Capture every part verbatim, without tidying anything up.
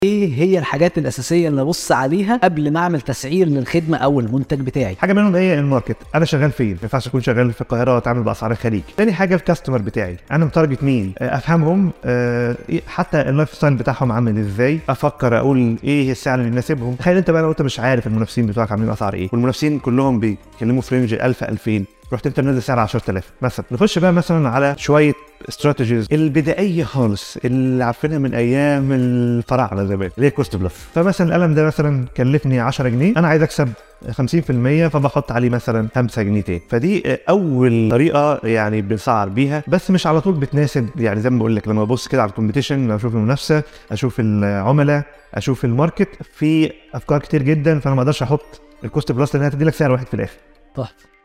ايه هي الحاجات الاساسيه اللي ابص عليها قبل ما اعمل تسعير للخدمه او المنتج بتاعي؟ حاجه منهم هي الماركت، انا شغال فين؟ ما ينفعش اكون شغال في القاهره واتعامل باسعار الخليج. تاني حاجه الكاستمر بتاعي، انا متارجت مين، افهمهم، أه حتى اللايف ستايل بتاعهم عامل ازاي، افكر اقول ايه السعر اللي يناسبهم. تخيل انت بقى لو انت مش عارف المنافسين بتوعك عاملين اسعار ايه، والمنافسين كلهم بيتكلموا في رينج ألف ألفين، رحت انت منزل سعر عشرة آلاف مثلا. نخش بقى مثلا على شويه استراتيجيز البدائيه خالص اللي عارفينها من ايام الفراعنه زمان، اللي هي كوست بلس. فمثلا القلم ده مثلا كلفني عشرة جنيه، انا عايز اكسب خمسين في المية، فبحط عليه مثلا خمسة جنيه. فدي اول طريقه يعني بنسعر بيها، بس مش على طول بتناسب. يعني زي ما بقول لك، لما ابص كده على الكومبيتيشن، اشوف المنافسه، اشوف العملاء، اشوف الماركت، في افكار كتير جدا، فانا ما اقدرش احط الكوست بلس لانها تدي لك سعر واحد في الاخر. طيب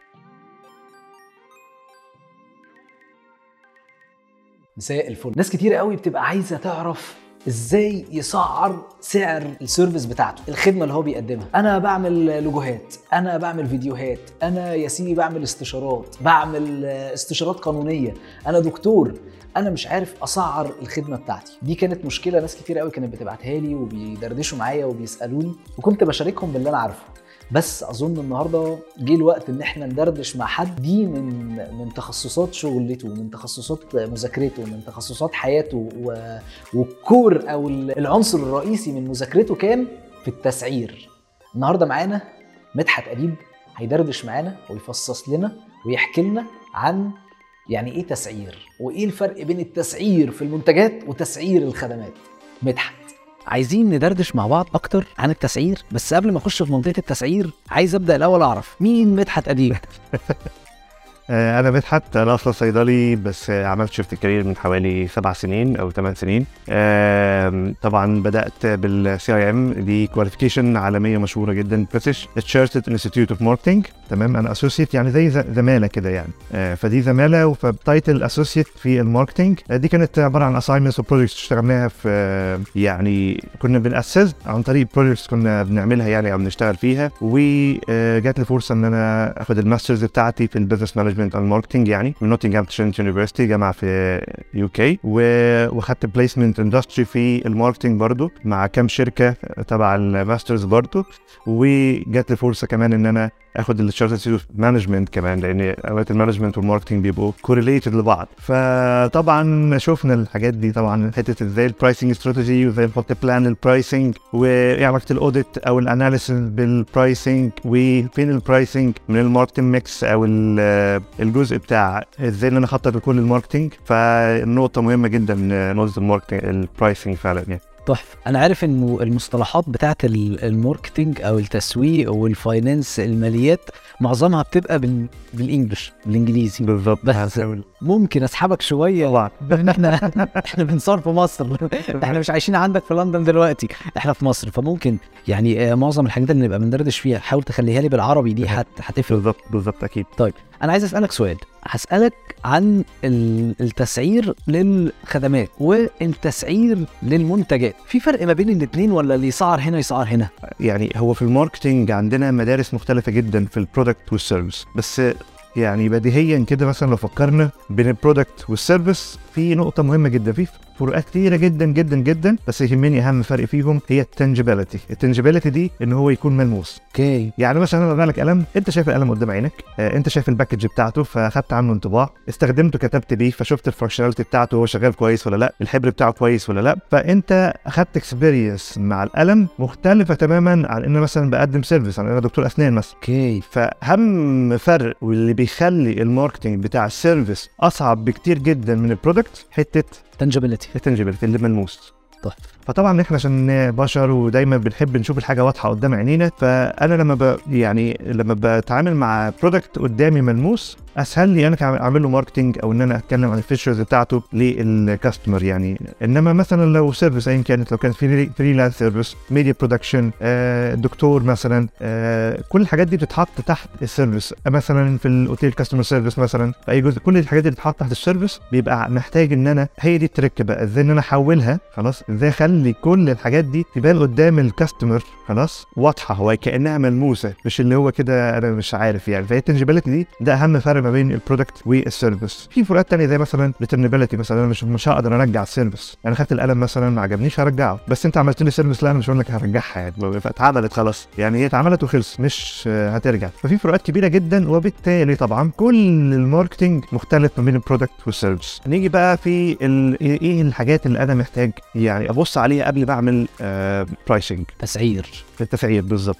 مساء الفل. ناس كتير قوي بتبقى عايزه تعرف ازاي يسعر سعر السيرفيس بتاعته، الخدمه اللي هو بيقدمها. انا بعمل لوجوهات، انا بعمل فيديوهات، انا يا سيدي بعمل استشارات، بعمل استشارات قانونيه، انا دكتور، انا مش عارف اسعر الخدمه بتاعتي. دي كانت مشكله ناس كتير قوي كانت بتبعتها لي وبيدردشوا معايا وبيسالوني، وكنت بشاركهم باللي انا عارفه. بس اظن النهارده جه الوقت ان احنا ندردش مع حد دي من من تخصصات شغلته، من تخصصات مذاكرته، من تخصصات حياته، والكور او العنصر الرئيسي من مذاكرته كان في التسعير. النهارده معانا مدحت أديب، هيدردش معانا ويفصص لنا ويحكي لنا عن يعني ايه تسعير، وايه الفرق بين التسعير في المنتجات وتسعير الخدمات. مدحت، عايزين ندردش مع بعض اكتر عن التسعير، بس قبل ما اخش في منطقه التسعير عايز ابدا الاول اعرف مين مدحت أديب. انا مدحت، انا اصلا صيدلي، بس عملت شيفت كارير من حوالي سبع سنين او ثمان سنين. طبعا بدات بالسي اي ام، دي كواليفيكيشن عالميه مشهوره جدا، بريتش تشارتد انستيتيوت اوف ماركتنج. تمام، انا اسوسيت يعني زي زماله كده يعني، فدي زماله وفبتايتل اسوسيت في الماركتنج. دي كانت عباره عن اساينمنتس وبروجكتس اشتغلناها في، يعني كنا بنأسس عن طريق بروجكتس كنا بنعملها يعني او بنشتغل فيها. وجات لي فرصه ان انا اخد الماسترز بتاعتي في البيزنس مانجمنت الماركتنج يعني من نوتنغهام ترينيتي يونيفرسيتي، جامعه في يو كي، واخدت بليسمنت اندستري في الماركتنج برضو مع كام شركه تبع الماسترز برضو. وجات لي فرصه كمان ان انا اخد الشارتر مانجمنت كمان، لان اوقات المانجمنت والماركتنج بيبقوا كورليتد لبعض. فطبعا شفنا الحاجات دي، طبعا حته ازاي البرايسنج استراتيجي، وازاي نحط بلان للبرايسنج، وايه علاقه الاوديت او الاناليسيس بالبرايسنج، وفين البرايسنج من الماركتنج ميكس او الجزء بتاع ازاي ان انا اخطط لكل الماركتنج. فالنقطه مهمه جدا نقطه الماركتنج البرايسنج فعلا يعني. تحفه. انا عارف انه المصطلحات بتاعه الماركتنج او التسويق والفاينانس الماليات معظمها بتبقى بال... بالانجلش بالانجليزي بالظبط. بس ممكن اسحبك شويه طبعا. احنا احنا بنصور في مصر، احنا مش عايشين عندك في لندن دلوقتي، احنا في مصر، فممكن يعني معظم الحاجات اللي نبقى بندردش فيها حاول تخليها لي بالعربي، دي هتفرق. بالظبط بالظبط اكيد. طيب انا عايز اسالك سؤال، هسالك عن التسعير للخدمات والتسعير للمنتجات. في فرق ما بين الاثنين ولا اللي يسعر هنا يسعر هنا؟ يعني هو في الماركتينج عندنا مدارس مختلفه جدا في البرودكت والسيرفيس، بس يعني بديهيا كده مثلا لو فكرنا بين البرودكت والسيرفيس في نقطه مهمه جدا، في فروقات كتيره جدا جدا جدا، بس يهمني اهم فرق فيهم هي التنجبيليتي. التنجبيليتي دي ان هو يكون ملموس. اوكي. يعني مثلا انا بقول لك قلم، انت شايف القلم قدام عينك، آه انت شايف الباكج بتاعته فاخدت عنه انطباع، استخدمته كتبت بيه فشفت الفانكشناليتي بتاعته هو شغال كويس ولا لا، الحبر بتاعه كويس ولا لا، فانت اخدت اكسبيرينس مع القلم مختلفه تماما عن ان مثلا بقدم سيرفيس، انا دكتور اسنان مثلا. اوكي. فاهم فرق، واللي بيخلي الماركتنج بتاع السيرفيس اصعب بكتير جدا من البرودكت حته تنجبيليتي التنجبيليتي اللي ملموس. طيب. فطبعا احنا عشان بشر ودايما بنحب نشوف الحاجه واضحه قدام عينينا، فانا لما ب... يعني لما بتعامل مع برودكت قدامي ملموس اسهل لي انا اعمل له ماركتنج او ان انا اتكلم عن الفيتشرز بتاعته للكاستمر يعني. انما مثلا لو سيرفيس ايا كانت، لو كانت فريلانس سيرفيس، ميديا برودكشن، آه دكتور مثلا، آه كل الحاجات دي بتتحط تحت السيرفيس. مثلا في الاوتيل كاستمر سيرفيس مثلا، في اي جزء كل الحاجات دي بتتحط تحت السيرفيس، بيبقى محتاج ان انا هي دي التريك بقى، ازاي ان انا احولها خلاص، ازاي اخلي اخلي كل الحاجات دي تبان قدام الكاستمر خلاص واضحه، هو كانها ملموسه، مش اللي هو كده انا مش عارف يعني. فهي التنجبيليتي دي ده اهم فرق ما بين البرودكت والسيرفيس. في فروقات تانية زي مثلا الريترنبيليتي، مثلا انا مش مش هقدر ارجع السيرفيس، انا خدت القلم مثلا ما عجبنيش هرجعه، بس انت عملت لي سيرفيس لا انا مش هقول لك هرجعها يعني، فاتعملت خلاص يعني، هي اتعملت وخلص مش هترجع. ففي فروقات كبيره جدا، وبالتالي طبعا كل الماركتنج مختلف ما بين البرودكت والسيرفيس. نيجي بقى في ال... ايه الحاجات اللي انا محتاج يعني ابص عليها قبل ما اعمل آه برايسنج، تسعير. التسعير بالظبط.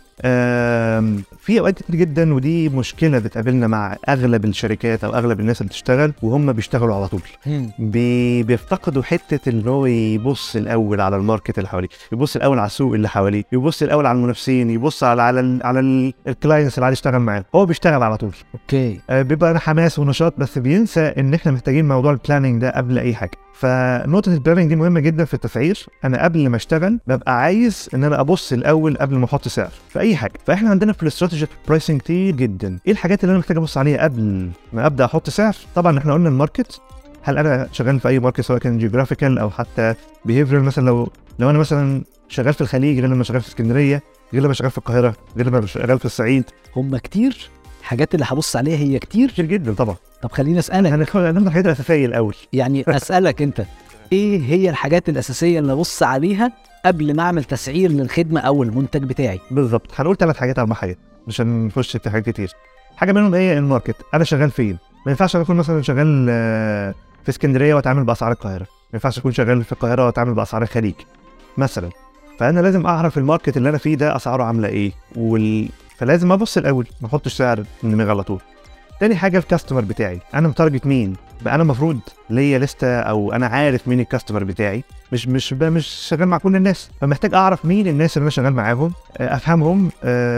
في اوقات كتير جدا، ودي مشكله بتقابلنا مع اغلب الشركات او اغلب الناس اللي بتشتغل وهم بيشتغلوا على طول، بي... بيفتقدوا حته ان هو يبص الاول على الماركت اللي حواليه، يبص الاول على السوق اللي حواليه، يبص الاول على المنافسين، يبص على على ال... على الكلاينتس اللي عايز يشتغل معاه. هو بيشتغل على طول اوكي، آه بيبقى انا حماس ونشاط، بس بينسى ان احنا محتاجين موضوع البلاننج ده قبل اي حاجه. فنقطه البلاننج دي مهمه جدا في التسعير. انا قبل ما اشتغل ببقى عايز ان انا ابص الاول قبل ما احط سعر في اي حاجه. فاحنا عندنا في الاستراتيجي برايسنج كتير جدا. ايه الحاجات اللي انا محتاج ابص عليها قبل ما ابدا احط سعر؟ طبعا احنا قلنا الماركت، هل انا شغال في اي ماركت سواء كان جيوغرافيكال او حتى بيهيفيرال. مثلا لو لو انا مثلا شغال في الخليج غير لما شغال في اسكندريه، غير لما شغال في القاهره، غير لما شغال في الصعيد. هم كتير حاجات اللي هبص عليها، هي كتير كتير جدا طبعا. طب خليني اسالك، هناخد الحاجات الاساسيه الاول يعني اسالك انت ايه هي الحاجات الاساسيه اللي ابص عليها قبل ما اعمل تسعير للخدمه او المنتج بتاعي؟ بالظبط، هنقول ثلاث حاجات اربع حاجات مش هنخش في حاجات كتير. حاجه منهم ايه؟ الماركت، انا شغال فين. ما ينفعش اكون مثلا شغال في اسكندريه واتعامل باسعار القاهره، ما ينفعش اكون شغال في القاهره واتعامل باسعار الخليج مثلا. فانا لازم اعرف الماركت اللي انا فيه ده اسعاره عامله ايه، وال... فلازم ابص الاول ما احطش سعر من دماغي على طول. تاني حاجه الكاستمر بتاعي، انا متارجت مين بقى، انا المفروض ليا لسته او انا عارف مين الكاستمر بتاعي، مش مش مش شغال مع كل الناس، فمحتاج اعرف مين الناس اللي انا شغال معاهم، افهمهم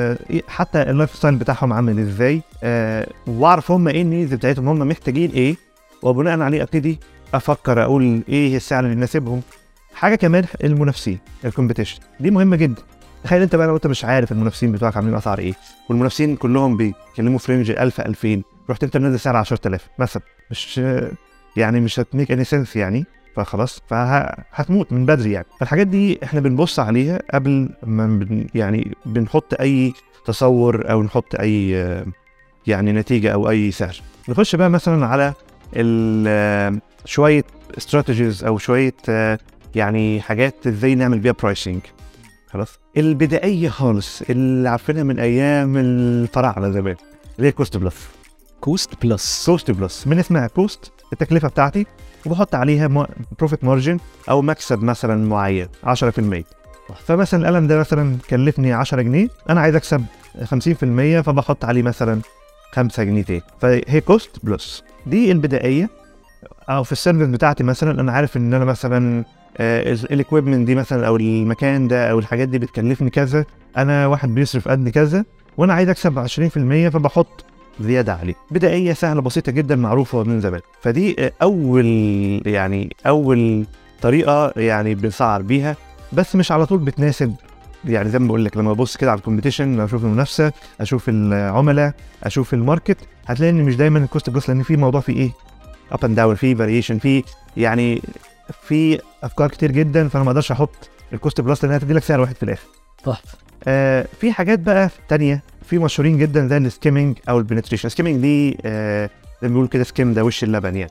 حتى اللايف ستايل بتاعهم عامل ازاي، واعرف هم ايه النيدز بتاعتهم، هم محتاجين ايه، وبناء عليه ابتدي افكر اقول ايه السعر اللي يناسبهم. حاجه كمان المنافسين، الكومبيتيشن دي مهمه جدا. تخيل انت بقى لو انت مش عارف المنافسين بتوعك عاملين اسعار ايه، والمنافسين كلهم بيكلموا في رينج ألف ألفين، رحت انت منزل سعر عشرة آلاف مثلا، مش يعني مش هتميك اني سنس يعني، فخلاص فهتموت من بدري يعني. فالحاجات دي احنا بنبص عليها قبل ما بن يعني بنحط اي تصور او نحط اي يعني نتيجه او اي سعر. نخش بقى مثلا على شويه استراتيجيز او شويه يعني حاجات ازاي نعمل بيها برايسنج. خلاص البدائيه خالص اللي عارفينها من ايام الفراعنه زمان، اللي هي كوست بلس. كوست بلس كوست بلس من اسمها كوست، التكلفه بتاعتي، وبحط عليها بروفيت مارجن او مكسب مثلا معين عشرة في المية. فمثلا القلم ده مثلا كلفني عشرة جنيه، انا عايز اكسب خمسين في المية، فبحط عليه مثلا خمسة جنيه تاني، فهي كوست بلس. دي البدائيه. او في السيرفيس بتاعتي مثلا انا عارف ان انا مثلا الاكويبمنت دي مثلا او المكان ده او الحاجات دي بتكلفني كذا، انا واحد بيصرف قد كذا وانا عايز اكسب عشرين في المية، فبحط زياده عليه. بدائيه سهله بسيطه جدا معروفه من زمان. فدي اول يعني اول طريقه يعني بنسعر بيها، بس مش على طول بتناسب يعني. زي ما بقول لك لما ابص كده على الكومبيتيشن، اشوف المنافسه، اشوف العملاء، اشوف الماركت، هتلاقي ان مش دايما الكوست بلس، لان في موضوع فيه ايه اب اند داون، في فاريشن، في يعني في افكار كتير جدا، فانا ما اقدرش احط الكوست بلس لانها تدي لك سعر واحد في الاخر. صح. آه في حاجات بقى تانية في مشهورين جدا زي السكيمنج او البنتريشن. السكيمنج دي آه زي ما بيقول كده سكيم ده وش اللبن يعني.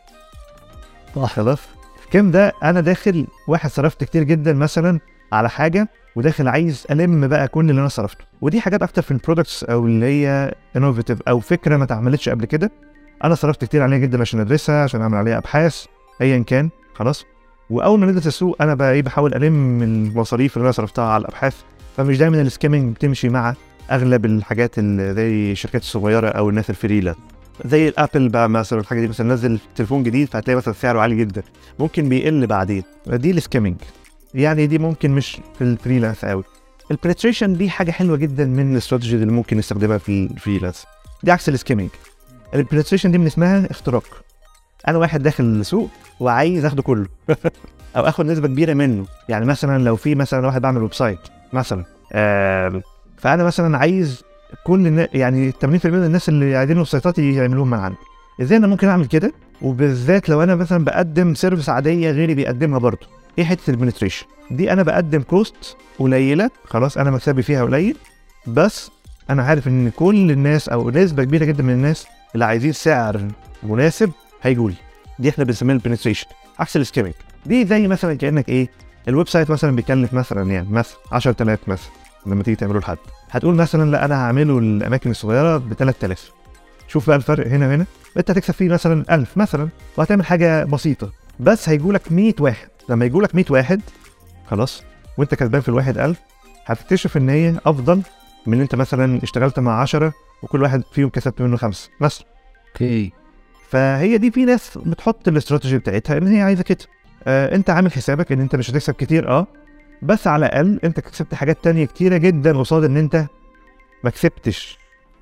صح. خلاص سكيم ده انا داخل واحد صرفت كتير جدا مثلا على حاجه، وداخل عايز الم بقى كل اللي انا صرفته. ودي حاجات اكتر في البرودكتس او اللي هي انوفيتيف او فكره ما اتعملتش قبل كده، انا صرفت كتير عليها جدا عشان ادرسها، عشان اعمل عليها ابحاث ايا كان. خلاص واول ما ندرس السوق انا بقى ايه بحاول الم المصاريف اللي انا صرفتها على الابحاث. فمش دايما السكيمنج بتمشي مع اغلب الحاجات اللي زي الشركات الصغيره او الناس الفريلانس زي الابل بقى مثلا. الحاجه دي مثلا نزل تليفون جديد فهتلاقي مثلا سعره عالي جدا، ممكن بيقل بعدين، دي السكيمنج يعني. دي ممكن مش في الفريلانس قوي. البنتريشن دي حاجه حلوه جدا من الاستراتيجي اللي ممكن نستخدمها في الفريلانس، دي عكس السكيمنج. البنتريشن دي من اسمها اختراق. انا واحد داخل السوق وعايز اخده كله او اخد نسبه كبيره منه. يعني مثلا لو في مثلا واحد بعمل ويب سايت مثلا، آه فانا مثلا عايز كل النا... يعني ثمانين في المية من الناس اللي عايزين ويب سايتات يعملوهم من عندي. ازاي انا ممكن اعمل كده؟ وبالذات لو انا مثلا بقدم سيرفيس عاديه غيري بيقدمها برضه، ايه حته البنتريشن دي؟ انا بقدم كوست قليله، خلاص انا مكسبي فيها قليل، بس انا عارف ان كل الناس او نسبه كبيره جدا من الناس اللي عايزين سعر مناسب هيجوا لي. دي احنا بنسميها البنتريشن، عكس السكيمنج. دي زي مثلا كانك ايه، الويب سايت مثلا بيكلف مثلا يعني مثلا عشرة آلاف مثلا لما تيجي تعمله لحد، هتقول مثلا لا انا هعمله الاماكن الصغيره ب ثلاثة آلاف. شوف بقى الفرق هنا وهنا، انت هتكسب فيه مثلا ألف مثلا وهتعمل حاجه بسيطه، بس هيجولك مية واحد. لما يجولك مية واحد خلاص وانت كسبان في الواحد ألف، هتكتشف ان هي افضل من انت مثلا اشتغلت مع عشرة وكل واحد فيهم كسبت منه خمسة مثلا. اوكي. فهي دي في ناس بتحط الاستراتيجي بتاعتها ان هي عايزه كده. آه انت عامل حسابك ان انت مش هتكسب كتير، اه بس على الاقل انت كسبت حاجات تانية كتيره جدا قصاد ان انت ما كسبتش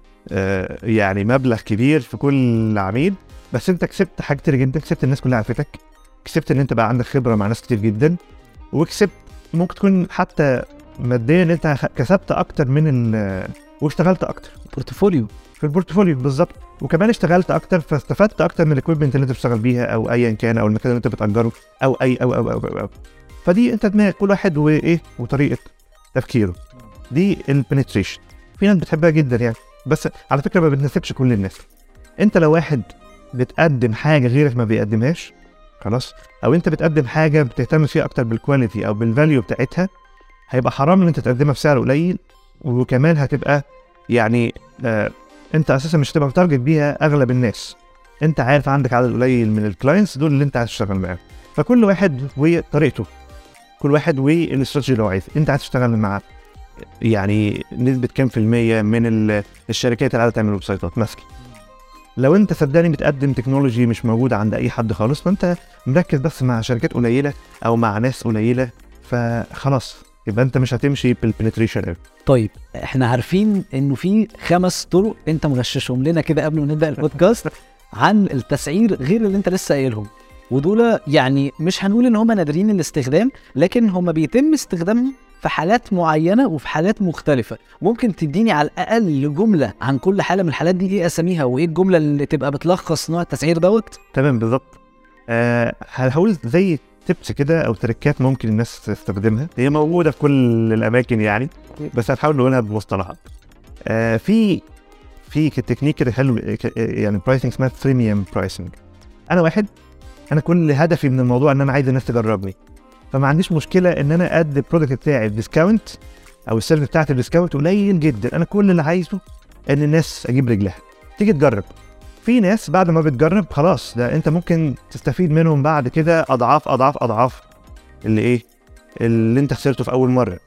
آه يعني مبلغ كبير في كل عميل، بس انت كسبت حاجات كتير جدا. كسبت الناس كلها عرفتك، كسبت ان انت بقى عندك خبره مع ناس كتير جدا، وكسبت ممكن تكون حتى ماديا ان انت كسبت اكتر من ال واشتغلت اكتر بورتفوليو في البورتفوليو بالظبط، وكمان اشتغلت اكتر فاستفدت اكتر من الاكويبمنت اللي انت بتشتغل بيها او ايا كان، او المكان اللي انت بتاجره او اي او او او, أو, أو. فدي انت دماغ كل واحد وايه وطريقه تفكيره. دي البنتريشن، في ناس بتحبها جدا يعني، بس على فكره ما بتناسبش كل الناس. انت لو واحد بتقدم حاجه غيرك ما بيقدمهاش خلاص، او انت بتقدم حاجه بتهتم فيها اكتر بالكواليتي او بالفاليو بتاعتها، هيبقى حرام ان انت تقدمها بسعر قليل، وكمان هتبقى يعني آه انت اساسا مش هتبقى متارجت بيها اغلب الناس. انت عارف عندك عدد قليل من الكلاينتس دول اللي انت عايز تشتغل معاهم، فكل واحد وطريقته، كل واحد والاستراتيجي اللي هو عايز. انت عايز تشتغل مع يعني نسبه كام في الميه من الشركات اللي عايزه تعمل ويب سايتات مثلا. لو انت صدقني بتقدم تكنولوجي مش موجوده عند اي حد خالص، فانت مركز بس مع شركات قليله او مع ناس قليله، فخلاص يبقى انت مش هتمشي بالبنتريشن قوي. طيب احنا عارفين انه في خمس طرق انت مغششهم لنا كده قبل ما نبدا البودكاست عن التسعير غير اللي انت لسه قايلهم، ودول يعني مش هنقول ان هم نادرين الاستخدام، لكن هم بيتم استخدامهم في حالات معينه وفي حالات مختلفه. ممكن تديني على الاقل جمله عن كل حاله من الحالات دي، ايه اساميها وايه الجمله اللي تبقى بتلخص نوع التسعير دوت؟ تمام بالظبط. أه هقول زي تيبس كده او تريكات ممكن الناس تستخدمها، هي موجوده في كل الاماكن يعني، بس هنحاول نقولها بمصطلحات. آه في في تكنيك كده حلو يعني برايسنج اسمها بريميوم برايسنج. انا واحد انا كل هدفي من الموضوع ان انا عايز الناس تجربني، فما عنديش مشكله ان انا ادي البرودكت بتاعي بديسكاونت او السيرفيس بتاعتي بديسكاونت قليل جدا. انا كل اللي عايزه ان الناس اجيب رجلها تيجي تجرب. في ناس بعد ما بتجرب خلاص ده انت ممكن تستفيد منهم بعد كده اضعاف اضعاف اضعاف اللي ايه اللي انت خسرته في اول مره.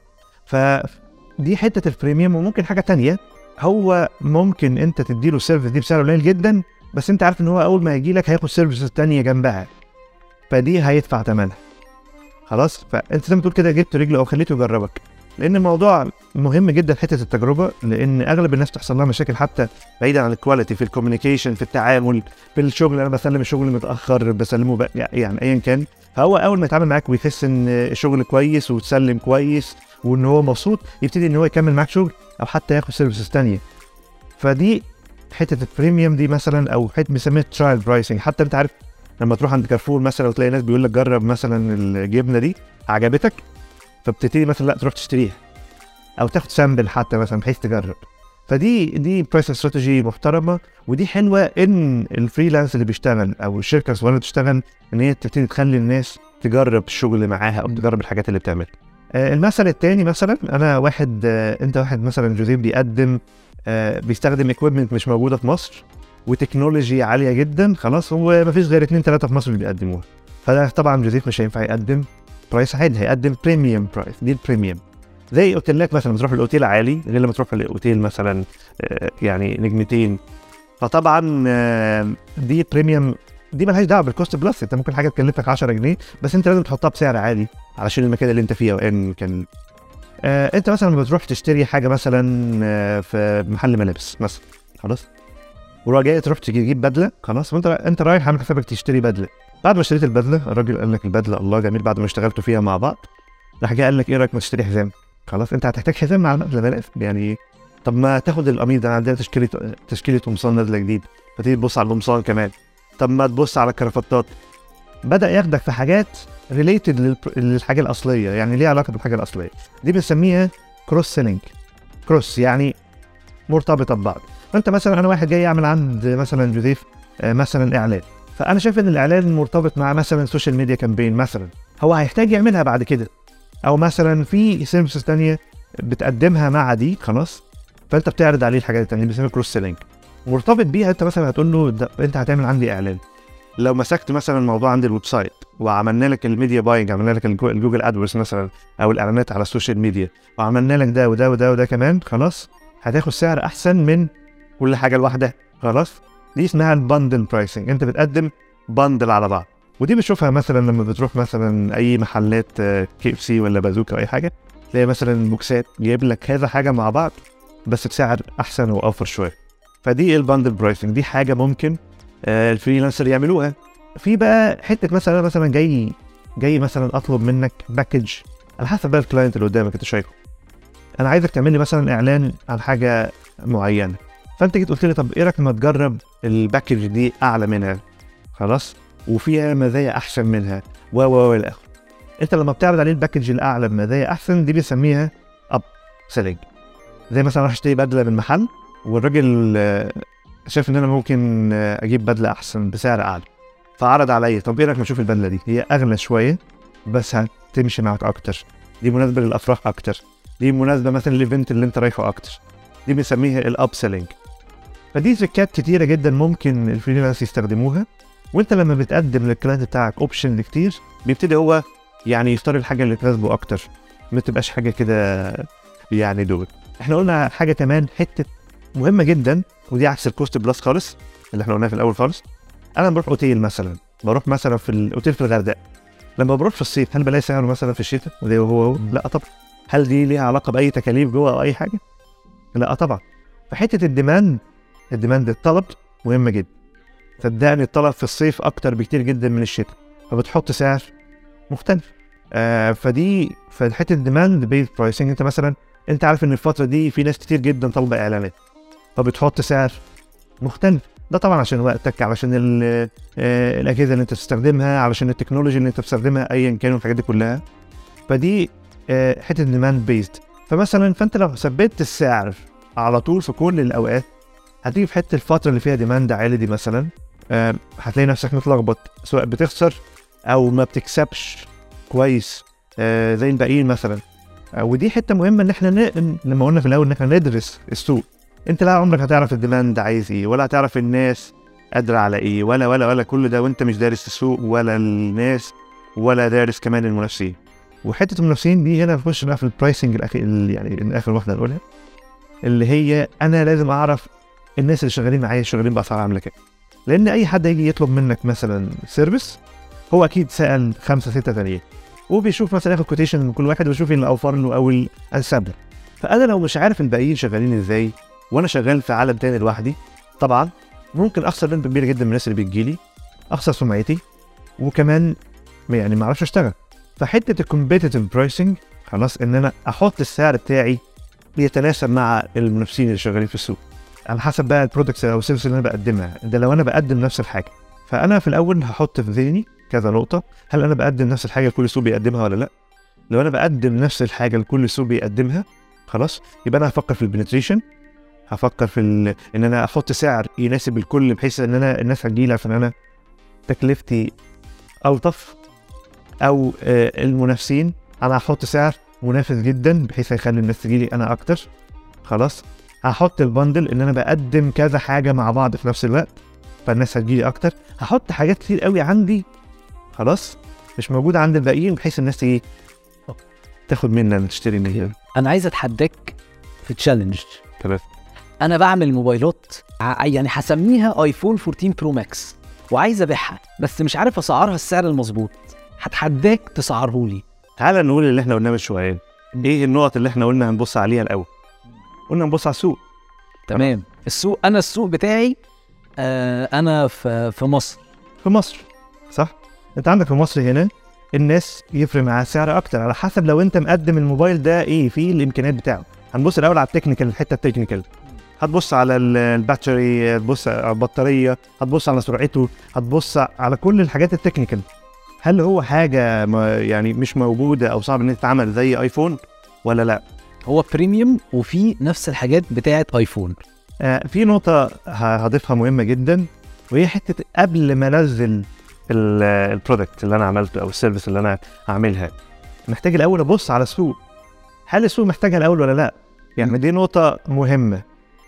فدي حته البريميوم. وممكن حاجه تانية، هو ممكن انت تديله السيرفيس دي بسعر قليل جدا، بس انت عارف ان هو اول ما يجي لك هياخد سيرفيس تانية جنبها، فدي هيدفع ثمنها خلاص. فانت زي ما تقول كده جبت رجله او خليته يجربك، لان الموضوع مهم جدا حته التجربه، لان اغلب الناس تحصل لها مشاكل حتى بعيدا عن الكواليتي في الكوميونيكيشن في التعامل في الشغل. انا بسلم الشغل متاخر بسلمه يعني ايا كان، فهو اول ما يتعامل معاك ويحس ان الشغل كويس وتسلم كويس وان هو مبسوط، يبتدي ان هو يكمل معاك شغل او حتى ياخد سيرفيسز ثانيه. فدي حته البريميوم دي مثلا، او حته بنسميها ترايل برايسنج. حتى انت عارف لما تروح عند كارفور مثلا وتلاقي ناس بيقول لك جرب مثلا الجبنه دي عجبتك، فبتبتدي مثلا لا تروح تشتريها او تاخد سامبل حتى مثلا بحيث تجرب. فدي دي برايس استراتيجي محترمه، ودي حلوه ان الفريلانس اللي بيشتغل او الشركه الصغيره اللي بتشتغل ان هي تبتدي تخلي الناس تجرب الشغل معاها او تجرب الحاجات اللي بتعملها. آه المثل الثاني مثلا، انا واحد آه انت واحد مثلا جوزيف بيقدم آه بيستخدم اكويبمنت مش موجوده في مصر وتكنولوجي عاليه جدا خلاص، هو مفيش غير اتنين تلاته في مصر اللي بيقدموها، فده طبعا جوزيف مش هينفع يقدم برايس عادي، هيقدم بريميوم برايس. دي البريميوم زي قلت لك مثلا تروح الاوتيل عالي غير لما تروح الاوتيل مثلا آه يعني نجمتين، فطبعا آه دي بريميوم دي مالهاش دعوه بالكوست بلس. انت ممكن حاجه تكلفك عشرة جنيه بس انت لازم تحطها بسعر عالي علشان المكان اللي انت فيه وان كان آه انت مثلا لما بتروح تشتري حاجه مثلا آه في محل ملابس مثلا خلاص، وراجع تروح تجيب بدله خلاص، وانت انت رايح عامل حسابك تشتري بدله. بعد ما اشتريت البدله الراجل قال لك البدله الله جميل، بعد ما اشتغلتوا فيها مع بعض راح جاي قال لك ايه رايك ما تشتري حزام؟ خلاص انت هتحتاج حزام مع البدله بلاش يعني، طب ما تاخد القميص ده عندنا تشكيله تشكيله قمصان نازله جديد، فتيجي تبص على القمصان كمان، طب ما تبص على الكرافتات، بدا ياخدك في حاجات ريليتد للحاجه الاصليه، يعني ليها علاقه بالحاجه الاصليه. دي بنسميها كروس سيلينج. كروس يعني مرتبطه ببعض. فانت مثلا انا واحد جاي يعمل عند مثلا جوزيف مثلا اعلان، فانا شايف ان الاعلان مرتبط مع مثلا سوشيال ميديا كامبين مثلا، هو هيحتاج يعملها بعد كده، او مثلا في سيرفيسز ثانيه بتقدمها مع دي خلاص، فانت بتعرض عليه الحاجات الثانيه اللي بنسميها كروس سيلينج مرتبط بيها. انت مثلا هتقول له انت هتعمل عندي اعلان، لو مسكت مثلا الموضوع عند الويب سايت وعملنا لك الميديا باينج، عملنا لك الجوجل ادورز مثلا او الاعلانات على السوشيال ميديا، وعملنا لك ده وده وده وده كمان خلاص، هتاخد سعر احسن من كل حاجه لوحدها خلاص. دي اسمها الباندل برايسنج، انت بتقدم باندل على بعض. ودي بتشوفها مثلا لما بتروح مثلا اي محلات كي اف سي ولا بازوكا او اي حاجه، تلاقي مثلا بوكسات جايب لك كذا حاجه مع بعض بس بسعر احسن واوفر شويه. فدي الباندل برايسنج، دي حاجه ممكن آه الفريلانسر يعملوها. في بقى حته مثلا مثلا جاي جاي مثلا اطلب منك باكج على حسب بقى الكلاينت اللي قدامك انت شايفه، انا عايزك تعمل لي مثلا اعلان عن حاجه معينه، فانت جيت قلت لي طب ايه رايك ما تجرب الباكج دي اعلى منها خلاص وفيها مزايا احسن منها و و الى اخره. انت لما بتعرض عليه الباكج الاعلى بمزايا احسن دي بنسميها اب سيلينج. زي مثلا راح اشتري بدله من محل والراجل شاف ان انا ممكن اجيب بدله احسن بسعر اعلى، فعرض عليا طب ايه رايك ما تشوف البدله دي، هي اغلى شويه بس هتمشي معاك اكتر، دي مناسبه للافراح اكتر، دي مناسبه مثلا للايفنت اللي انت رايحه اكتر. دي بنسميها الاب سيلينج. فدي تريكات كتيره جدا ممكن الفريلانس يستخدموها، وانت لما بتقدم للكلاينت بتاعك اوبشن كتير بيبتدي هو يعني يختار الحاجه اللي تناسبه اكتر، ما تبقاش حاجه كده يعني دول. احنا قلنا حاجه كمان حته مهمه جدا، ودي عكس الكوست بلس خالص اللي احنا قلناه في الاول خالص. انا بروح اوتيل مثلا، بروح مثلا في الاوتيل في الغردقه، لما بروح في الصيف هل بلاقي سعره مثلا في الشتاء وزي هو هو؟ لا طبعا. هل دي ليها علاقه باي تكاليف جوه او اي حاجه؟ لا طبعا. فحته الديماند الديماند الطلب مهمه جدا. صدقني الطلب في الصيف اكتر بكتير جدا من الشتاء، فبتحط سعر مختلف. آه فدي فحته الديماند بيز برايسنج، انت مثلا انت عارف ان الفتره دي في ناس كتير جدا طالبه اعلانات، فبتحط سعر مختلف. ده طبعا عشان وقتك، علشان آه الاجهزه اللي انت بتستخدمها، علشان التكنولوجيا اللي انت بتستخدمها ايا كانوا الحاجات دي كلها. فدي آه حته ديماند بيزد. فمثلا فانت لو ثبت السعر على طول في كل الاوقات، هتيجي في حته الفتره اللي فيها ديماند عالي دي مثلا آه هتلاقي نفسك متلخبط، سواء بتخسر او ما بتكسبش كويس آه زي الباقيين مثلا. آه ودي حته مهمه ان احنا ن... لما قلنا في الاول ان احنا ندرس السوق. انت لا عمرك هتعرف الديماند عايز ايه، ولا هتعرف الناس قادره على ايه، ولا ولا ولا كل ده وانت مش دارس السوق ولا الناس ولا دارس كمان المنافسين. وحته المنافسين دي هنا بخش بقى في البرايسنج الاخير، يعني اخر واحده نقولها، اللي هي انا لازم اعرف الناس اللي شغالين معايا شغالين باسعار عامله كام. لان اي حد هيجي يطلب منك مثلا سيرفيس هو اكيد سال خمسه سته تانيين، وبيشوف مثلا ياخد كوتيشن من كل واحد ويشوف اللي اوفر له او الانسب له. فانا لو مش عارف الباقيين شغالين ازاي وانا شغال في عالم تاني لوحدي، طبعا ممكن اخسر نسبه كبيره جدا من الناس اللي بتجيلي، اخسر سمعتي، وكمان يعني ما اعرفش اشتغل. فحته الكومبيتيتيف برايسنج خلاص ان انا احط السعر بتاعي بيتناسب مع المنافسين اللي شغالين في السوق على حسب بقى البرودكتس او السيرفيس اللي انا بقدمها. ده لو انا بقدم نفس الحاجه، فانا في الاول هحط في ذهني كذا نقطه، هل انا بقدم نفس الحاجه لكل سوق بيقدمها ولا لا؟ لو انا بقدم نفس الحاجه لكل سوق بيقدمها خلاص يبقى انا هفكر في البنتريشن، هفكر في ال... ان انا احط سعر يناسب الكل بحيث ان انا الناس هتجيلي عشان انا تكلفتي الطف، او آه المنافسين انا هحط سعر منافس جدا بحيث هيخلي الناس تجيلي انا اكتر خلاص. هحط البندل ان انا بقدم كذا حاجه مع بعض في نفس الوقت فالناس هتجيلي اكتر. هحط حاجات كتير قوي عندي خلاص مش موجوده عند الباقيين بحيث الناس تيجي تاخد مني تشتري مني. انا عايز اتحداك في تشالنج. تمام. انا بعمل موبايلات يعني هسميها ايفون أربعتاشر برو ماكس وعايز ابيعها بس مش عارف اسعرها السعر المظبوط، هتحداك تسعره لي. تعال نقول اللي احنا قلناه من شويه. ايه النقط اللي احنا قلنا هنبص عليها الاول؟ قلنا نبص على السوق. تمام. السوق انا السوق بتاعي آه انا في في مصر. في مصر صح. انت عندك في مصر هنا الناس يفرق معاها السعر اكتر على حسب لو انت مقدم الموبايل ده ايه فيه الامكانيات بتاعه. هنبص الاول على التكنيكال، الحته التكنيكال، هتبص على الباتري، هتبص على البطاريه، هتبص على سرعته، هتبص على كل الحاجات التكنيكال هل هو حاجه ما يعني مش موجوده او صعب ان تتعمل زي ايفون ولا لا؟ هو بريميوم وفي نفس الحاجات بتاعه ايفون. آه في نقطه هضيفها مهمه جدا، وهي حته قبل ما انزل البرودكت اللي انا عملته او السيرفيس اللي انا هعملها، محتاج الاول ابص على السوق، هل السوق محتاجها الاول ولا لا؟ يعني دي نقطه مهمه.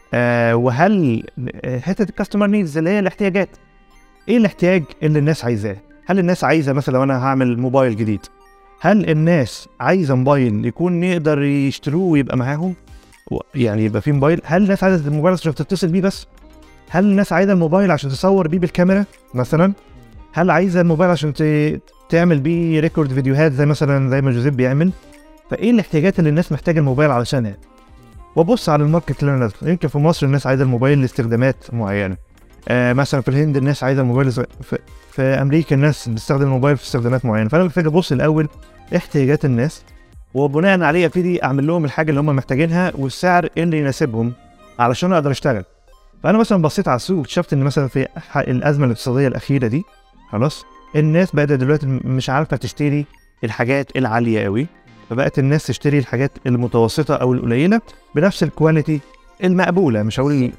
آه وهل حته الكاستمر نيدز اللي هي الاحتياجات، ايه الاحتياج اللي الناس عايزاه؟ هل الناس عايزه مثلا لو انا هعمل موبايل جديد، هل الناس عايزه موبايل يكون يقدر يشتروه ويبقى معاهم، يعني يبقى فيه موبايل؟ هل الناس عايزه الموبايل عشان تتصل بيه بس؟ هل الناس عايزه الموبايل عشان تصور بيه بالكاميرا مثلا؟ هل عايزه الموبايل عشان تعمل بيه ريكورد فيديوهات زي مثلا زي ما جوزيف بيعمل؟ فايه الاحتياجات اللي الناس محتاجه الموبايل علشانها؟ وابص على الماركت اللي انا نازل. يمكن في مصر الناس عايزه الموبايل لاستخدامات معينه، آه مثلا في الهند الناس عايزه الموبايل، في, في امريكا الناس بتستخدم الموبايل في استخدامات معينه. فانا محتاج ابص الاول احتياجات الناس، وبناء عليه ابتدي اعمل لهم الحاجه اللي هم محتاجينها والسعر اللي يناسبهم علشان اقدر اشتغل. فانا مثلا بصيت على السوق واكتشفت ان مثلا في الازمه الاقتصاديه الاخيره دي خلاص الناس بقت دلوقتي مش عارفه تشتري الحاجات العاليه قوي، فبقت الناس تشتري الحاجات المتوسطه او القليله بنفس الكواليتي المقبوله، مش هقول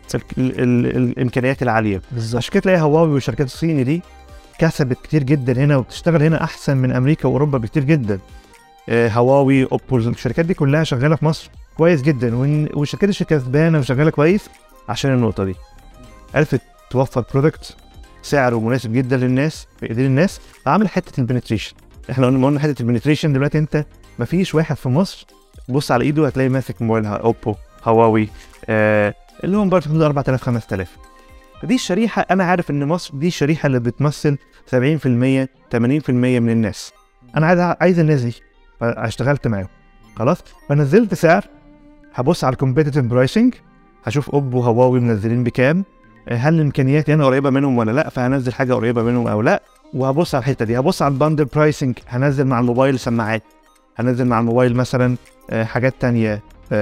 الامكانيات العاليه. عشان كده تلاقي هواوي والشركات الصيني دي كسبت كتير جدا هنا وبتشتغل هنا احسن من امريكا واوروبا بكتير جدا. آه هواوي، اوبو، الشركات دي كلها شغاله في مصر كويس جدا، والشركات دي كسبانه وشغاله كويس عشان النقطه دي، عرفت توفر برودكت سعره مناسب جدا للناس في ايدين الناس، فعمل حته البنتريشن. احنا قلنا حته البنتريشن دلوقتي انت مفيش واحد في مصر بص على ايده هتلاقي ماسك موبايل اوبو، هواوي، آه اللي هم برضه حدود أربعة آلاف خمسة آلاف. فدي الشريحه، انا عارف ان مصر دي الشريحه اللي بتمثل سبعين في المية ثمانين في المية من الناس. انا عايز عايز الناس دي، فاشتغلت معاهم خلاص، فنزلت سعر، هبص على الكومبيتيتيف برايسنج، هشوف اوبو هواوي منزلين بكام، هل الامكانيات انا قريبه منهم ولا لا، فهنزل حاجه قريبه منهم او لا، وهبص على الحته دي. هبص على الباندل برايسنج، هنزل مع الموبايل سماعات، هنزل مع الموبايل مثلا حاجات تانية،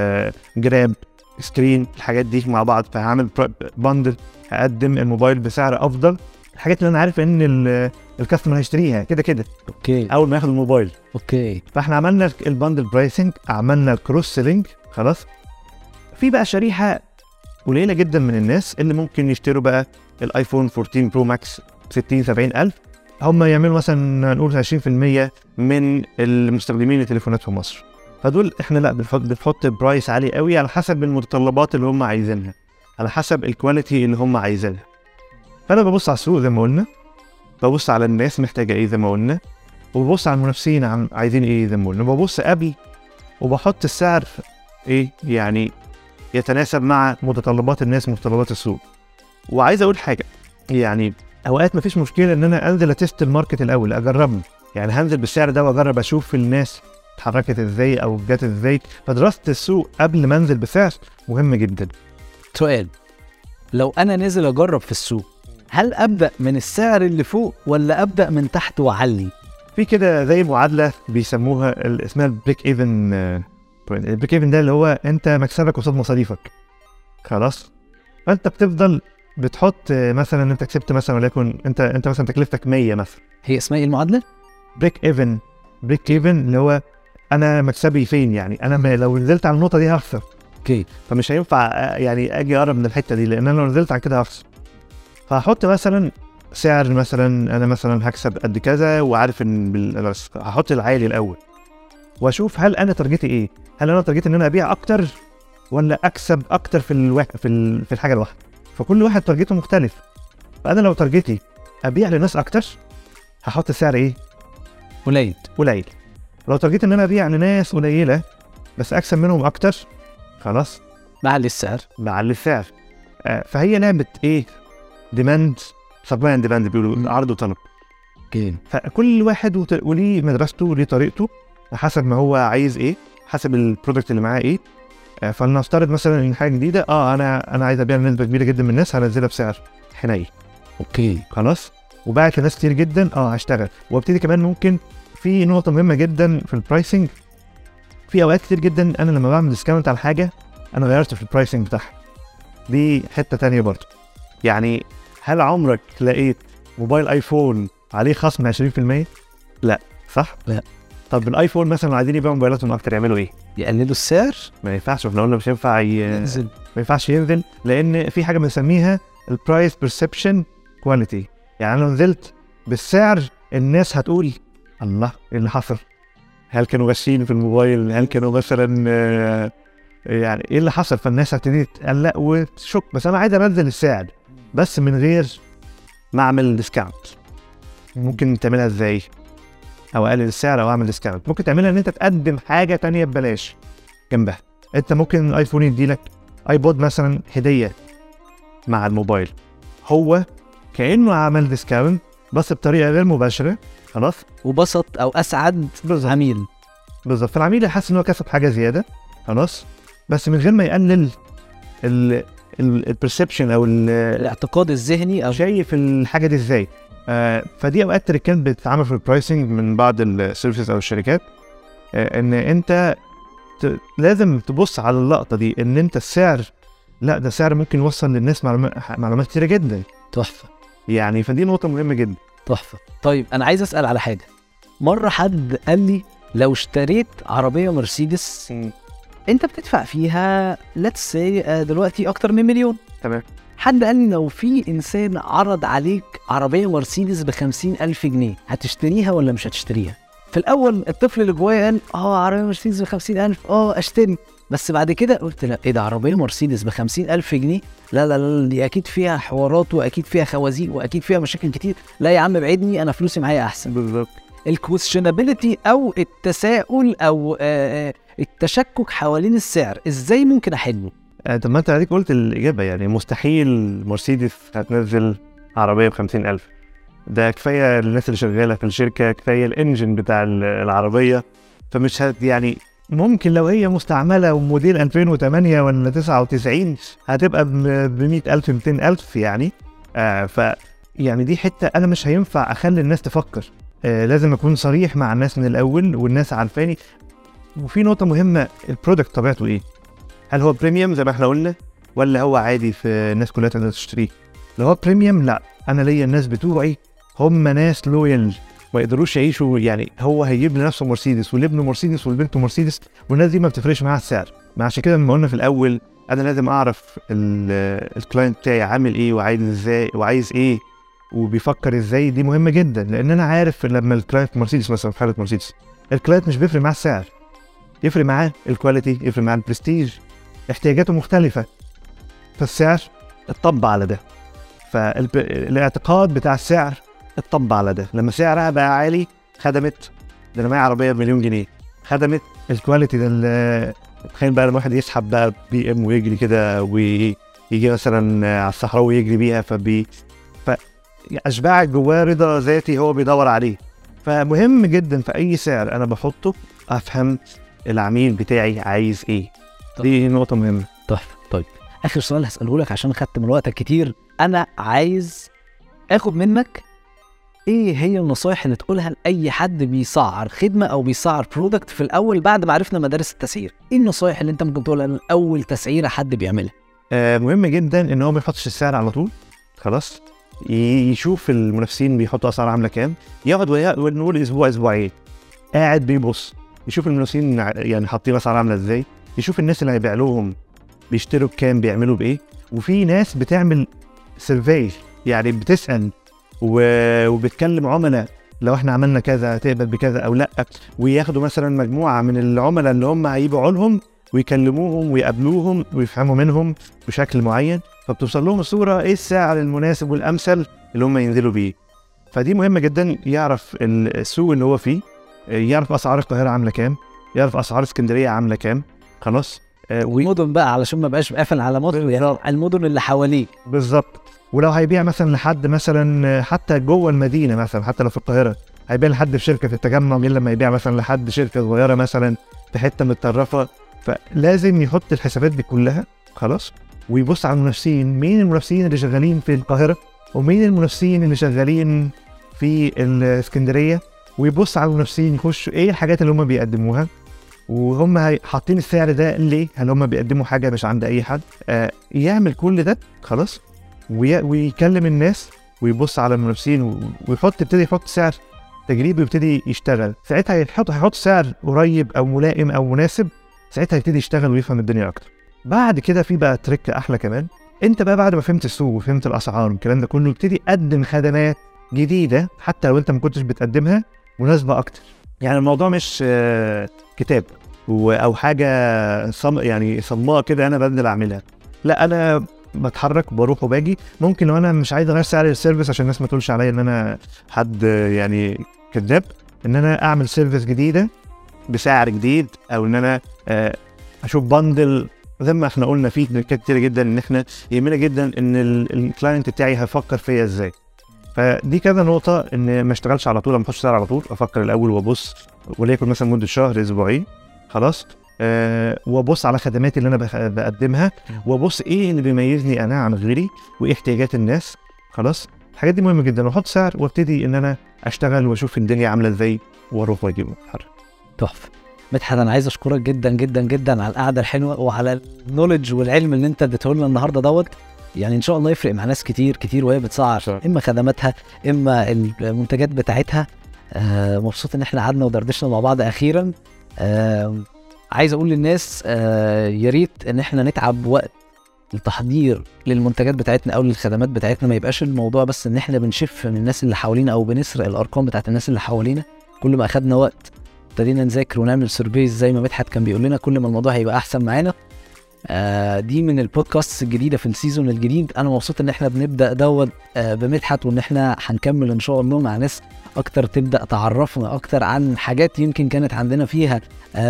جراب، سكرين، الحاجات دي مع بعض، فهعمل باندل، هقدم الموبايل بسعر افضل، الحاجات اللي انا عارف ان الكاستمر هيشتريها كده كده اوكي اول ما ياخد الموبايل. اوكي فاحنا عملنا الباندل برايسنج، عملنا الكروس سيلينج خلاص. في بقى شريحه قليله جدا من الناس اللي ممكن يشتروا بقى الايفون أربعة عشر برو ماكس ستين سبعين الف، هم يعملوا مثلا نقول عشرين في المية من المستخدمين التليفونات في مصر. فدول احنا لا بنحط بنحط برايس عالي قوي على حسب المتطلبات اللي هم عايزينها، على حسب الكواليتي اللي هم عايزينها. فانا ببص على السوق زي ما قلنا، ببص على الناس محتاجه ايه زي ما قلنا، وببص على المنافسين عايزين ايه زي ما قلنا، ببص قبل وبحط السعر ايه يعني يتناسب مع متطلبات الناس متطلبات السوق. وعايز اقول حاجه، يعني اوقات مفيش مشكله ان انا انزل اتست الماركت الاول، اجربه، يعني هنزل بالسعر ده واجرب اشوف الناس اتحركت ازاي او جت ازاي. فدراسه السوق قبل ما انزل بسعر مهم جدا. سؤال، لو انا نازل اجرب في السوق، هل ابدا من السعر اللي فوق ولا ابدا من تحت واعلي؟ في كده زي معادله بيسموها اسمها البريك ايفن. البريك ايفن ده اللي هو انت مكسبك قصاد مصاريفك خلاص. فانت بتفضل بتحط مثلا انت كسبت مثلا وليكن انت انت مثلا تكلفتك مية مثلا. هي اسمها ايه المعادله؟ بريك ايفن. بريك ايفن اللي هو انا مكسبي فين، يعني انا لو نزلت على النقطه دي هخسر. اوكي. فمش هينفع يعني اجي اقرب من الحته دي، لان انا لو نزلت على كده هخسر. فهحط مثلا سعر، مثلا انا مثلا هكسب قد كذا وعارف ان بال... هحط العالي الاول واشوف هل انا تارجتي ايه، هل انا تارجتي ان انا ابيع اكتر ولا اكسب اكتر في الواحد في ال... في الحاجه الواحده. فكل واحد تارجته مختلف. فانا لو تارجتي ابيع لناس اكتر هحط السعر ايه؟ قليل قليل. لو تارجتي ان انا ابيع لناس قليله بس اكسب منهم اكتر، خلاص بعلي السعر. بعلي السعر. آه فهي لعبه ايه؟ ديماند سبلاي اند ديماند، بيقولوا عرض وطلب. اوكي. فكل واحد وت... وليه مدرسته وليه طريقته حسب ما هو عايز ايه، حسب البرودكت اللي معاه ايه. آه فلنفترض مثلا ان حاجه جديده، اه انا انا عايز ابيع لنسبه كبيره جدا من الناس، هنزلها بسعر حنين. اوكي خلاص. وباعت لناس كتير جدا، اه هشتغل. وابتدي كمان ممكن في نقطه مهمه جدا في البرايسنج. في اوقات كتير جدا انا لما بعمل ديسكاونت على حاجه انا غيرت في البرايسنج بتاعها. دي حته تانية برضه. يعني هل عمرك لقيت موبايل ايفون عليه خصم عشرين في المية؟ لا صح؟ لا. طب الايفون مثلا عايزين يبيعوا موبايلاتهم اكتر يعملوا ايه؟ يقللوا السعر. ما ينفعش، احنا قلنا مش ينفع ي... ينزل. ما ينفعش ينزل، لان في حاجه بنسميها البرايس بيرسبشن كواليتي. يعني لو نزلت بالسعر الناس هتقول الله ايه اللي حصل؟ هل كانوا غاشين في الموبايل؟ هل كانوا مثلا آه، يعني ايه اللي حصل؟ فالناس هتبتدي تقلق وتشك. بس انا عايز انزل السعر بس من غير ما اعمل ديسكاونت. ممكن تعملها ازاي؟ او اقلل السعر او اعمل ديسكاونت. ممكن تعملها ان انت تقدم حاجه تانية ببلاش جنبها. انت ممكن الايفون يديلك ايبود مثلا هديه مع الموبايل، هو كانه عمل ديسكاونت بس بطريقه غير مباشره. خلاص، وبسط او اسعد بالظبط. عميل. بالظبط، فالعميل يحس ان هو كسب حاجه زياده. خلاص، بس من غير ما يقلل البرسبشن او ال- الاعتقاد الذهني او شايف الحاجه دي ازاي. آه فدي اوقات تريكات بتتعمل في البرايسنج من بعض السيرفيسز او الشركات. آه ان انت ت... لازم تبص على اللقطه دي، ان انت السعر، لا ده سعر ممكن يوصل للناس معلومات معلومات كتيره جدا. تحفه يعني فدي نقطه مهمه جدا. تحفه. طيب انا عايز اسال على حاجه. مره حد قال لي لو اشتريت عربيه مرسيدس انت بتدفع فيها ليتس سي دلوقتي اكتر من مليون. تمام. حد قال لي لو في انسان عرض عليك عربيه مرسيدس بخمسين الف جنيه هتشتريها ولا مش هتشتريها؟ في الاول الطفل اللي جوايا قال اه عربيه مرسيدس بخمسين الف اه اشتري. بس بعد كده قلت لا، ايه ده عربيه مرسيدس بخمسين الف جنيه؟ لا لا لا دي اكيد فيها حوارات واكيد فيها خوازيق واكيد فيها مشاكل كتير. لا يا عم بعدني، انا فلوسي معايا احسن. بالظبط. الكويشنابيلتي او التساؤل او آه التشكك حوالين السعر ازاي ممكن احله؟ آه طب ما انت عليك قلت الاجابه. يعني مستحيل مرسيدس هتنزل عربيه بخمسين الف. ده كفايه الناس اللي شغاله في الشركه، كفايه الانجن بتاع العربيه. فمش هت يعني ممكن لو هي مستعمله وموديل ألفين وثمانية ولا تسعة وتسعين هتبقى ب مئة ألف مئتين ألف يعني. آه ف يعني دي حته انا مش هينفع اخلي الناس تفكر. آه لازم اكون صريح مع الناس من الاول والناس عارفاني. وفي نقطه مهمه، البرودكت طبيعته ايه؟ هل هو بريميوم زي ما احنا قلنا ولا هو عادي في الناس كلها تقدر تشتريه؟ لو هو بريميوم لا، انا ليا الناس بتوعي هم ناس لويال ما يقدروش يعيشوا. يعني هو هيجيب لنفسه مرسيدس ولابنه مرسيدس ولبنته مرسيدس، والناس دي ما بتفرقش معاها السعر. ما عشان كده لما قلنا في الاول انا لازم اعرف الكلاينت بتاعي عامل ايه وعايز ازاي وعايز ايه وبيفكر ازاي. دي مهمه جدا، لان انا عارف لما الكلاينت مرسيدس مثلا، في حاله مرسيدس الكلاينت مش بيفرق معاه السعر، يفرق معاه الكواليتي، يفرق معاه البرستيج، احتياجاته مختلفه، فالسعر اتطبق على ده. فالاعتقاد بتاع السعر اتطبق على ده. لما سعرها بقى عالي خدمت، ده انا معايا عربيه بمليون جنيه خدمت الكواليتي ده. تخيل بقى لما واحد يسحب بقى بي ام ويجري كده ويجي مثلا على الصحراء ويجري بيها، فبي فاشباعك جواه رضا ذاتي هو بيدور عليه. فمهم جدا في اي سعر انا بحطه افهم العميل بتاعي عايز ايه. دي نقطه مهمه. تحفه. طيب اخر سؤال هساله لك عشان خدت من وقتك كتير. انا عايز اخد منك ايه هي النصائح اللي تقولها لاي حد بيسعر خدمه او بيسعر برودكت في الاول بعد ما عرفنا مدارس التسعير؟ ايه النصائح اللي انت ممكن تقولها لاول تسعيره حد بيعملها؟ آه مهم جدا ان هو ما يحطش السعر على طول. خلاص، يشوف المنافسين بيحطوا اسعار عامله كام، يقعد ونقول اسبوع اسبوعين قاعد بيبص يشوف المنافسين يعني حاطين اسعار عامله ازاي، يشوف الناس اللي هيبيع لهم بيشتروا بكام بيعملوا بايه. وفي ناس بتعمل سيرفي، يعني بتسال وبتكلم عملاء لو احنا عملنا كذا تقبل بكذا او لا، وياخدوا مثلا مجموعه من العملاء اللي هم هيبيعوا لهم ويكلموهم ويقابلوهم ويفهموا منهم بشكل معين، فبتوصل لهم الصوره ايه السعر المناسب والامثل اللي هم ينزلوا بيه. فدي مهمه جدا. يعرف السوق اللي هو فيه، يعرف اسعار القاهره عامله كام، يعرف اسعار اسكندريه عامله كام. خلاص، المدن بقى علشان ما بقاش قافل على مصر، يعني المدن اللي حواليه. بالظبط. ولو هيبيع مثلا لحد مثلا حتى جوه المدينه، مثلا حتى لو في القاهره هيبيع لحد في شركه في التجمع، غير لما يبيع مثلا لحد شركه صغيره مثلا في حته متطرفه. فلازم يحط الحسابات دي كلها. خلاص، ويبص على المنافسين، مين المنافسين اللي شغالين في القاهره ومين المنافسين اللي شغالين في الاسكندريه، ويبص على المنافسين يخشوا ايه الحاجات اللي هم بيقدموها وهم حاطين السعر ده ليه، هل هم بيقدموا حاجه مش عند اي حد. آه يعمل كل ده. خلاص، ويكلم الناس ويبص على المنافسين ويحط يبتدي يحط سعر تجريبي ويبتدي يشتغل، ساعتها هيحط هيحط سعر قريب او ملائم او مناسب، ساعتها هيبتدي يشتغل ويفهم الدنيا اكتر. بعد كده في بقى تريك احلى كمان، انت بقى بعد ما فهمت السوق وفهمت الاسعار والكلام ده كله، ابتدي قدم خدمات جديده حتى لو انت ما كنتش بتقدمها مناسبه اكتر. يعني الموضوع مش كتاب او حاجه صم يعني صماء كده انا بدل اعملها، لا انا بتحرك وبروح وباجي. ممكن لو انا مش عايز اغير سعر السيرفيس عشان الناس ما تقولش عليا ان انا حد يعني كذاب، ان انا اعمل سيرفيس جديده بسعر جديد، او ان انا اشوف باندل زي ما احنا قلنا فيه كتير جدا، ان احنا يهمنا جدا ان الكلاينت بتاعي هيفكر فيا ازاي. فدي كذا نقطه، ان ما اشتغلش على طول، ما احطش سعر على طول، افكر الاول وابص، وليكن مثلا مده شهر اسبوعين خلاص، أه وابص على خدماتي اللي انا بقدمها، وابص ايه اللي بيميزني انا عن غيري، وايه احتياجات الناس خلاص. الحاجات دي مهمه جدا، واحط سعر وابتدي ان انا اشتغل واشوف الدنيا عامله ازاي، واروح واجي واتحرك. تحفه. مدحت انا عايز اشكرك جدا جدا جدا على القعده الحلوه وعلى النولج والعلم اللي انت اديته لنا النهارده دوت. يعني ان شاء الله يفرق مع ناس كتير كتير وهي بتسعر اما خدماتها اما المنتجات بتاعتها. آه مبسوط ان احنا قعدنا ودردشنا مع بعض اخيرا. آه عايز اقول للناس آه يا ريت ان احنا نتعب وقت التحضير للمنتجات بتاعتنا او للخدمات بتاعتنا، ما يبقاش الموضوع بس ان احنا بنشف من الناس اللي حوالينا او بنسرق الارقام بتاعت الناس اللي حوالينا. كل ما اخدنا وقت ابتدينا نذاكر ونعمل سيرفيز زي ما مدحت كان بيقول لنا، كل ما الموضوع هيبقى احسن معانا. آه دي من البودكاست الجديده في السيزون الجديد. انا مبسوط ان احنا بنبدا دوت آه بمدحت، وان احنا هنكمل ان شاء الله مع ناس اكتر تبدا تعرفنا اكتر عن حاجات يمكن كانت عندنا فيها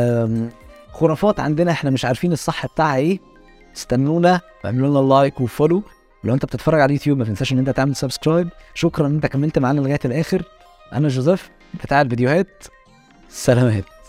خرافات عندنا احنا مش عارفين الصح بتاعها ايه. استنونا واعملوا لنا لايك وفولو. لو انت بتتفرج على اليوتيوب ما تنساش ان انت تعمل سبسكرايب. شكرا ان انت كملت معانا لغايه الاخر. انا جوزيف بتاع الفيديوهات. سلامات.